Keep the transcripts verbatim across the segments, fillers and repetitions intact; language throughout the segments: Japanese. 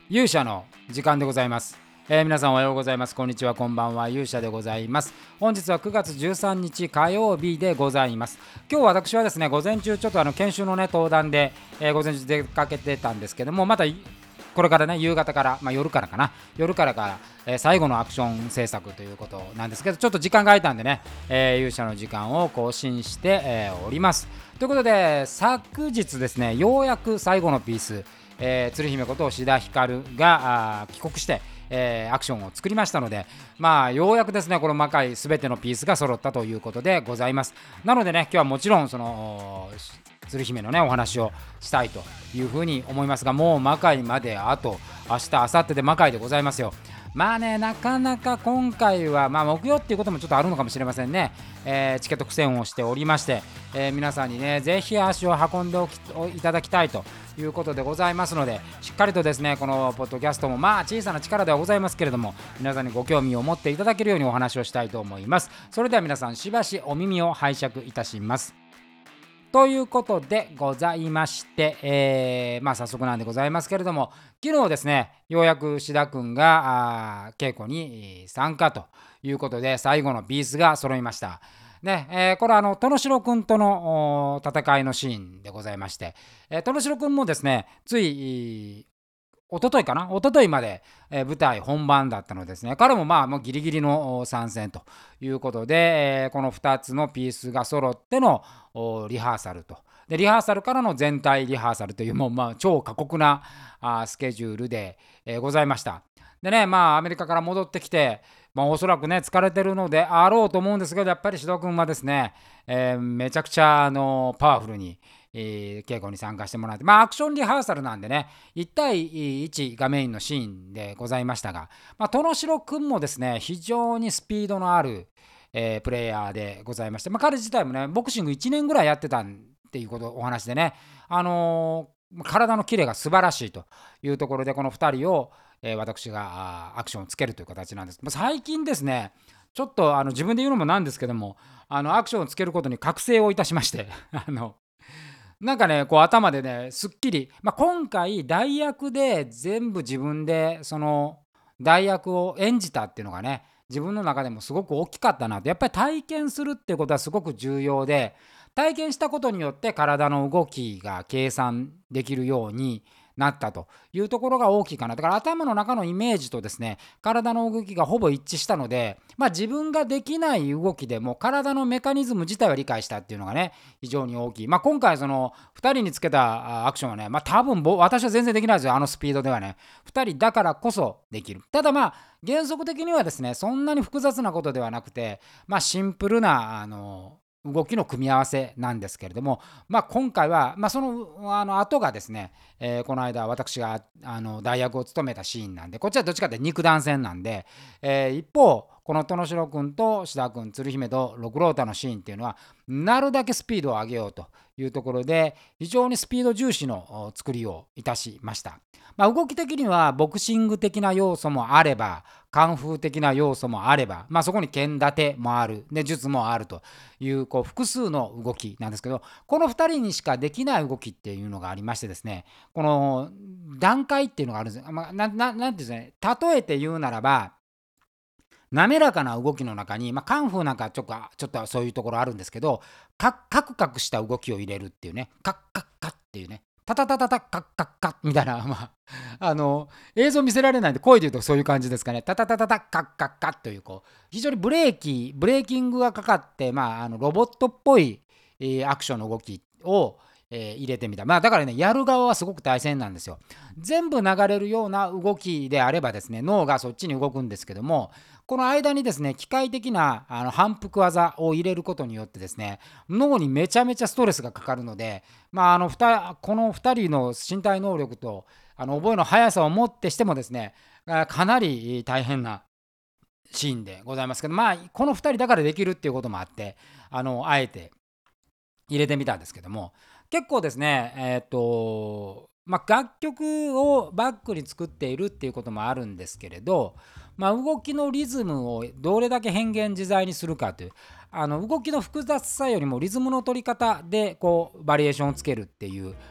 勇者の時間でございます。えー、皆さんおはようございます。こんにちは、こんばんは。勇者でございます。本日はくがつじゅうさんにち火曜日でございます。今日私はですね、午前中ちょっとあの研修のね登壇で、えー、午前中出かけてたんですけども、またこれからね夕方から、まあ、夜からかな夜からから、えー、最後のアクション制作ということなんですけど、ちょっと時間が空いたんでね、えー、勇者の時間を更新して、えー、おります。ということで、昨日ですね、ようやく最後のピース、えー、鶴姫こと志田ひかるが帰国して、えー、アクションを作りましたので、まあようやくですねこの魔界すべてのピースが揃ったということでございます。なのでね、今日はもちろんその鶴姫のねお話をしたいというふうに思いますが、もう魔界まであと明日明後日で魔界でございますよ。まあね、なかなか今回は、まあ、木曜っていうこともちょっとあるのかもしれませんね。えー、チケット苦戦をしておりまして、えー、皆さんにねぜひ足を運んでおきいただきたいということでございますので、しっかりとですねこのポッドキャストもまあ小さな力ではございますけれども、皆さんにご興味を持っていただけるようにお話をしたいと思います。それでは皆さんしばしお耳を拝借いたします。ということでございまして、えー、まあ早速なんでございますけれども、昨日ですねようやく志田くんが稽古に参加ということで、最後のピースが揃いましたね。えー、これはあの殿城くんとの戦いのシーンでございまして、えー、殿城くんもですねつい一昨日かな一昨日まで、えー、舞台本番だったのですね、彼もまあもうギリギリの参戦ということで、えー、このふたつのピースが揃ってのリハーサルと、でリハーサルからの全体リハーサルというもうまあ超過酷なあスケジュールで、えー、ございました。でね、まあアメリカから戻ってきて、まあ、おそらくね疲れてるのであろうと思うんですけど、やっぱり志戸君はですね、えー、めちゃくちゃあのパワフルにえー、稽古に参加してもらって、まあアクションリハーサルなんでねいち対いちがメインのシーンでございましたが、まあ、殿城くんもですね非常にスピードのある、えー、プレイヤーでございまして、まあ、彼自体もねボクシングいちねんぐらいやってたっていうことお話でね、あのー、体のキレが素晴らしいというところで、このふたりを、えー、私がアクションをつけるという形なんですけど、最近ですねちょっとあの自分で言うのもなんですけども、あのアクションをつけることに覚醒をいたしましてあのなんかねこう頭でねすっきり、まあ、今回代役で全部自分でその代役を演じたっていうのがね自分の中でもすごく大きかったなと。やっぱり体験するっていうことはすごく重要で、体験したことによって体の動きが計算できるようになったというところが大きいかな。だから頭の中のイメージとですね体の動きがほぼ一致したので、まあ自分ができない動きでも体のメカニズム自体は理解したっていうのがね非常に大きい。まあ今回そのふたりにつけたアクションはね、まあ多分私は全然できないですよ、あのスピードではね。ふたりだからこそできる。ただまあ原則的にはですねそんなに複雑なことではなくて、まあシンプルなあの動きの組み合わせなんですけれども、まあ、今回は、まあ、そのあの後がですね、えー、この間私があの代役を務めたシーンなんで、こっちはどっちかって肉弾戦なんで、えー、一方この殿城君と志田君鶴姫と六郎太のシーンっていうのはなるだけスピードを上げようというところで、非常にスピード重視の作りをいたしました。まあ、動き的にはボクシング的な要素もあればカンフー的な要素もあれば、まあ、そこに剣立てもあるで術もあるというこう複数の動きなんですけど、このふたりにしかできない動きっていうのがありましてですね、この段階っていうのがあるんですよ。まあ、なななんていうんですね、例えて言うならば滑らかな動きの中に、まあ、カンフーなんかちょっとちょっとそういうところあるんですけど、カクカクカクした動きを入れるっていうね、カッカッカッっていうね、タタタタタカッカッカッみたいな、まあ、あの映像見せられないんで声で言うとそういう感じですかね。タタタタタカッカッカッというこう非常にブレーキブレーキングがかかって、まあ、あのロボットっぽい、えーアクションの動きを、えー入れてみた。まあだからねやる側はすごく大変なんですよ。全部流れるような動きであればですね脳がそっちに動くんですけども、この間にですね機械的なあの反復技を入れることによってですね脳にめちゃめちゃストレスがかかるので、まあ、あのこのふたりの身体能力とあの覚えの速さをもってしてもですねかなり大変なシーンでございますけど、まあこのふたりだからできるっていうこともあってあのあえて入れてみたんですけども、結構ですねえっ、とまあ楽曲をバックに作っているっていうこともあるんですけれど、まあ、動きのリズムをどれだけ変幻自在にするかという、あの動きの複雑さよりもリズムの取り方でこうバリエーションをつけるっていう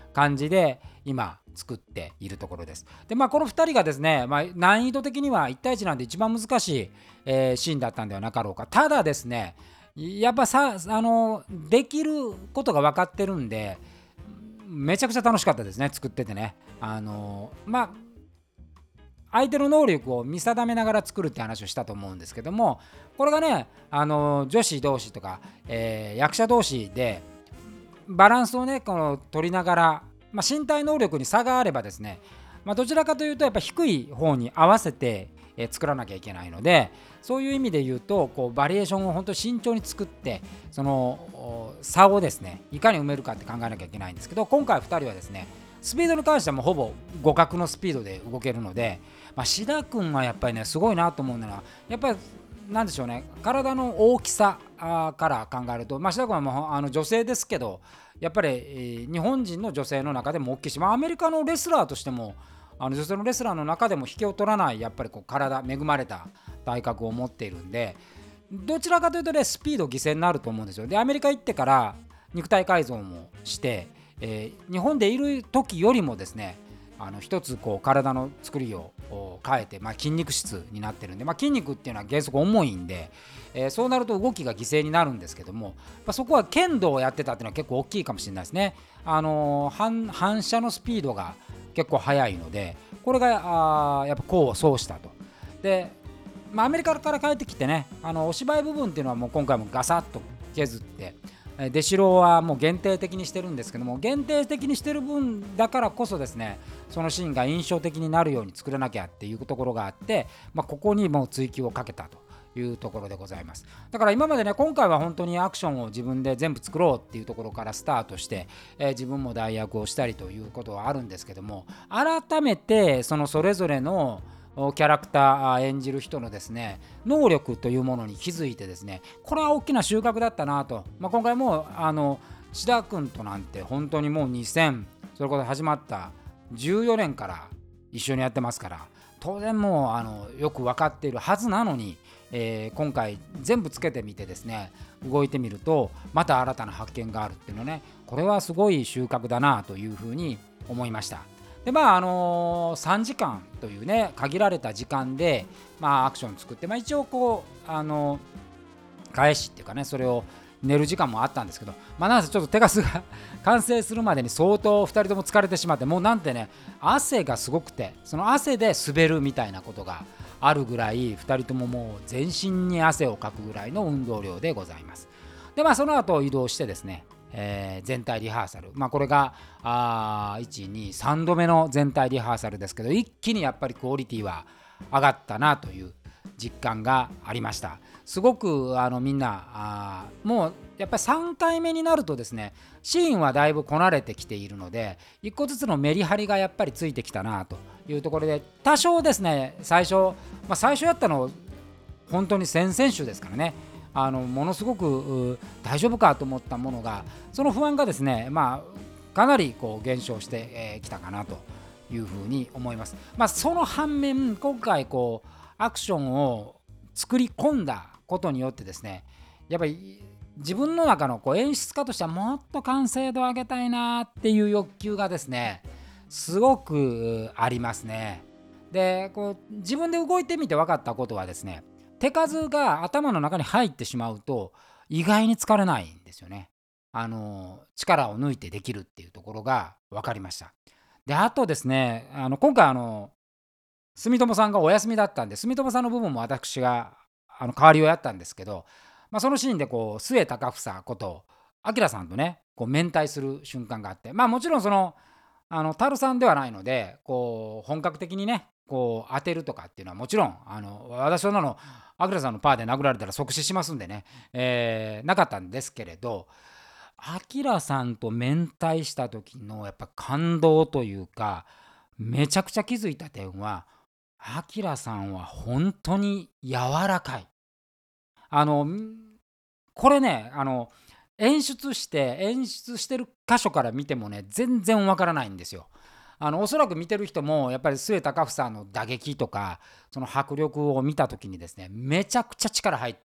感じで今作っているところです。でまあこのふたりがですね、まあ、難易度的にはいち対いちなんで一番難しい、えーシーンだったんではなかろうか。ただですね、やっぱさあのできることが分かってるんで、めちゃくちゃ楽しかったですね、作っててね。あのまあ相手の能力を見定めながら作るって話をしたと思うんですけども、これがね、あの女子同士とか、えー役者同士でバランスをねこの取りながら、まあ、身体能力に差があればですね、まあ、どちらかというとやっぱ低い方に合わせて、えー作らなきゃいけないので、そういう意味で言うとこうバリエーションを本当に慎重に作って、そのお差をですねいかに埋めるかって考えなきゃいけないんですけど、今回ふたりはですねスピードに関してはもうほぼ互角のスピードで動けるので、まあ、志田君はやっぱりねすごいなと思うのは、やっぱりなんでしょうね、体の大きさあーから考えると、まあ、志田君はもうあの女性ですけど、やっぱり、えー日本人の女性の中でも大きいし、まあ、アメリカのレスラーとしても、あの女性のレスラーの中でも引けを取らない、やっぱりこう体恵まれた体格を持っているんで、どちらかというとねスピード犠牲になると思うんですよ。でアメリカ行ってから肉体改造もして、えー日本でいる時よりもですね、あの一つこう体の作りをお変えて、まあ、筋肉質になってるんで、まあ、筋肉っていうのは原則重いんで、えーそうなると動きが犠牲になるんですけども、まあ、そこは剣道をやってたっていうのは結構大きいかもしれないですね。あのー反反射のスピードが結構速いので、これがあーやっぱ功を奏したと。でまあ、アメリカから帰ってきてね、あのお芝居部分っていうのはもう今回もガサッと削って、えー出城はもう限定的にしてるんですけども、限定的にしてる分だからこそですね、そのシーンが印象的になるように作らなきゃっていうところがあって、まあ、ここにもう追求をかけたというところでございます。だから今までね、今回は本当にアクションを自分で全部作ろうっていうところからスタートして、えー自分も代役をしたりということはあるんですけども、改めてそのそれぞれのキャラクター演じる人のですね能力というものに気づいてですね、これは大きな収穫だったなと。まあ、今回もあの志田君となんて本当にもうにせんそれこそ始まったじゅうよねんから一緒にやってますから、当然もうあのよく分かっているはずなのに、えー今回全部つけてみてですね動いてみるとまた新たな発見があるっていうのね、これはすごい収穫だなというふうに思いました。でまああのーさんじかんというね限られた時間で、まあ、アクション作って、まあ、一応こうあの返しっていうかね、それを寝る時間もあったんですけど、まあなんせちょっと手数が完成するまでに相当ふたりとも疲れてしまって、もうなんてね汗がすごくて、その汗で滑るみたいなことがあるぐらい、ふたりとももう全身に汗をかくぐらいの運動量でございます。でまあその後移動してですね、えー全体リハーサル、まあこれがあいちにさんどめの全体リハーサルですけど、一気にやっぱりクオリティは上がったなという実感がありました。すごくあのみんなあもうやっぱりさんかいめになるとですね、シーンはだいぶこなれてきているので、いっこずつのメリハリがやっぱりついてきたなというところで、多少ですね最初、まあ、最初やったの本当に先々週ですからね、あのものすごく大丈夫かと思ったものが、その不安がですね、まあ、かなりこう減少してき、えーたかなというふうに思います。まあ、その反面今回こうアクションを作り込んだことによってですね、やっぱり自分の中のこう演出家としてはもっと完成度を上げたいなっていう欲求がですねすごくありますね。でこう自分で動いてみて分かったことはですね、手数が頭の中に入ってしまうと意外に疲れないんですよね。あの力を抜いてできるっていうところが分かりました。であとですね、あの今回あの住友さんがお休みだったんで、住友さんの部分も私があの代わりをやったんですけど、まあ、そのシーンでこう末高房こと明さんとねこう面対する瞬間があって、まあもちろんそのあのタルさんではないので、こう本格的にねこう当てるとかっていうのはもちろん、あの私そんなの明さんのパーで殴られたら即死しますんでね、えーなかったんですけれど、明さんと面対した時のやっぱ感動というか、めちゃくちゃ気づいた点は、明さんは本当に柔らかい。あのんこれね、あの演出して演出してる箇所から見てもね全然わからないんですよ。あのおそらく見てる人もやっぱり末高房の打撃とかその迫力を見た時にですね、めちゃくちゃ力入って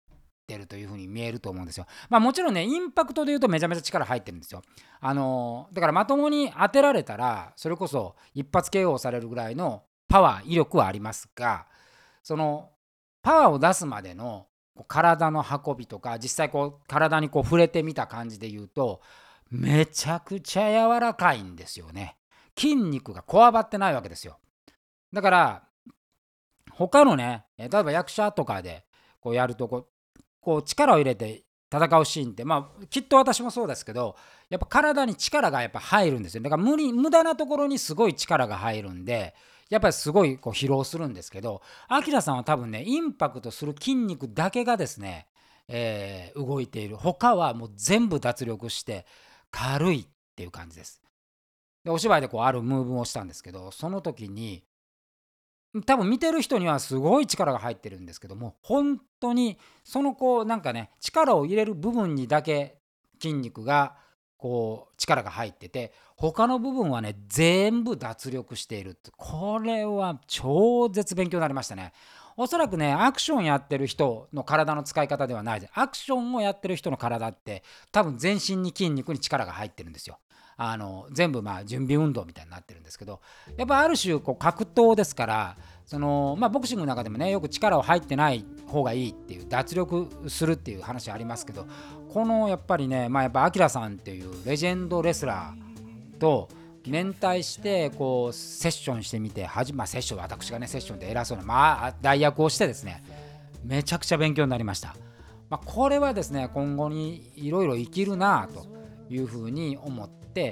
てるというふうに見えると思うんですよ。まあもちろんねインパクトで言うとめちゃめちゃ力入ってるんですよ。あのーだからまともに当てられたらそれこそ一発 ケーオー されるぐらいのパワー威力はありますが、そのパワーを出すまでのこう体の運びとか実際こう体にこう触れてみた感じで言うとめちゃくちゃ柔らかいんですよね。筋肉がこわばってないわけですよ。だから他のね、え例えば役者とかでこうやるとこうこう力を入れて戦うシーンって、まあきっと私もそうですけど、やっぱ体に力がやっぱ入るんですよ。だから無理無駄なところにすごい力が入るんで、やっぱりすごいこう疲労するんですけど、アキラさんは多分ねインパクトする筋肉だけがですね、えー動いている。他はもう全部脱力して軽いっていう感じです。でお芝居でこうあるムーブをしたんですけど、その時に多分見てる人にはすごい力が入ってるんですけども、本当にそのこうなんかね力を入れる部分にだけ筋肉がこう力が入ってて、他の部分はね全部脱力しているって、これは超絶勉強になりましたね。おそらくねアクションやってる人の体の使い方ではないです。アクションをやってる人の体って多分全身に筋肉に力が入ってるんですよ。あの全部まあ準備運動みたいになってるんですけど、やっぱある種こう格闘ですから、そのまあボクシングの中でもねよく力を入ってない方がいいっていう脱力するっていう話ありますけど、このやっぱりねまあやっぱアキラさんっていうレジェンドレスラーと連帯してこうセッションしてみて、はじまあセッション私がねセッションで偉そうなまあ代役をしてですね、めちゃくちゃ勉強になりました。まあ、これはですね今後にいろいろ生きるなというふうに思って、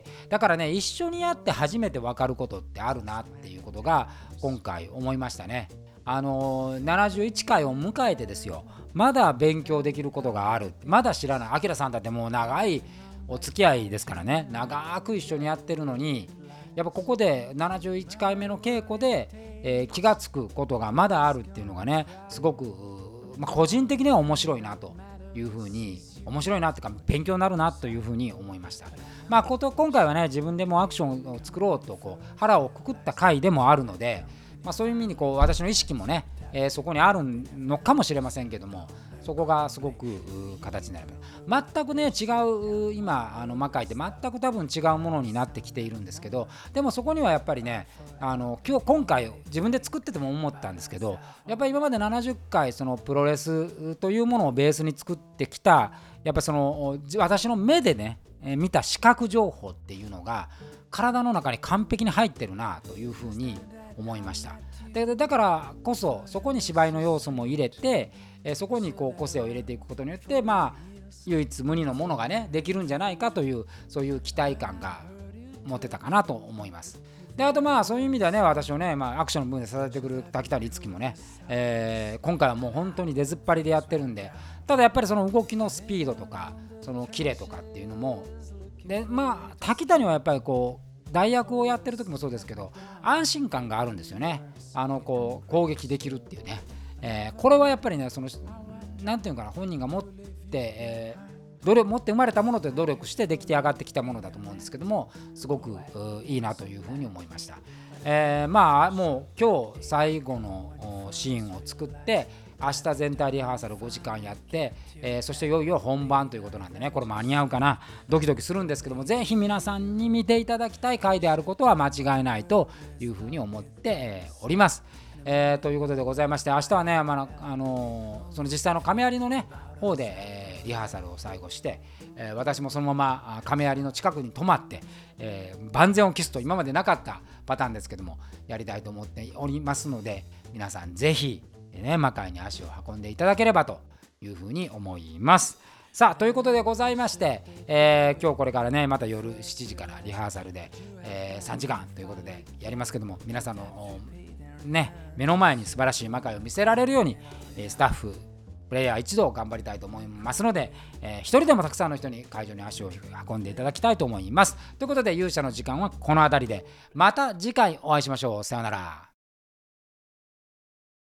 だからね一緒にやって初めて分かることってあるなっていうことが今回思いましたね。あのーななじゅういっかいを迎えてですよ、まだ勉強できることがある、まだ知らない。アキラさんだってもう長いお付き合いですからね、長く一緒にやってるのに、やっぱここでななじゅういっかいめの稽古で、えー気がつくことがまだあるっていうのがねすごく、まあ、個人的には面白いなというふうに面白いなっていうか勉強になるなというふうに思いました。まあこと今回はね自分でもアクションを作ろうとこう腹をくくった回でもあるので、まあ、そういう意味にこう私の意識もね、えーそこにあるのかもしれませんけども、そこがすごくう形になる。全くね違う今あの魔界って全く多分違うものになってきているんですけど、でもそこにはやっぱりねあの今日今回自分で作ってても思ったんですけど、やっぱり今までななじゅっかいそのプロレスというものをベースに作ってきた、やっぱその私の目でねえー見た視覚情報っていうのが体の中に完璧に入ってるなというふうに思いました。でだからこそそこに芝居の要素も入れて、えーそこにこう個性を入れていくことによってまあ唯一無二のものがねできるんじゃないかという、そういう期待感が持てたかなと思います。であとまあそういう意味ではね私をね、まあ、アクションの部分で支えてくれる滝谷律樹もね、えー今回はもう本当に出ずっぱりでやってるんで、ただやっぱりその動きのスピードとかそのキレとかっていうのもで、まあ滝谷はやっぱりこう代役をやってる時もそうですけど安心感があるんですよね。あのこう攻撃できるっていうね、えーこれはやっぱりねそのなんていうのかな、本人が持って、えー努力持って生まれたもので努力して出来上がってきたものだと思うんですけども、すごくいいなというふうに思いました。えーまあもう今日最後のおシーンを作って明日全体リハーサルごじかんやって、えーそしていよいよ本番ということなんでね、これ間に合うかなドキドキするんですけども、ぜひ皆さんに見ていただきたい回であることは間違いないというふうに思って、えーおります。えーということでございまして、明日はね、まああのーその実際の亀有のね方で、えーリハーサルを最後して、えー私もそのままあ亀有の近くに泊まって、えー万全を期すと今までなかったパターンですけどもやりたいと思っておりますので、皆さんぜひ、ね、魔界に足を運んでいただければというふうに思います。さあということでございまして、えー今日これからねまた夜しちじからリハーサルで、えーさんじかんということでやりますけども、皆さんのね目の前に素晴らしい魔界を見せられるように、えースタッフプレイヤー一同頑張りたいと思いますので、えー、一人でもたくさんの人に会場に足を運んでいただきたいと思います。ということで勇者の時間はこの辺りで、また次回お会いしましょう。さようなら。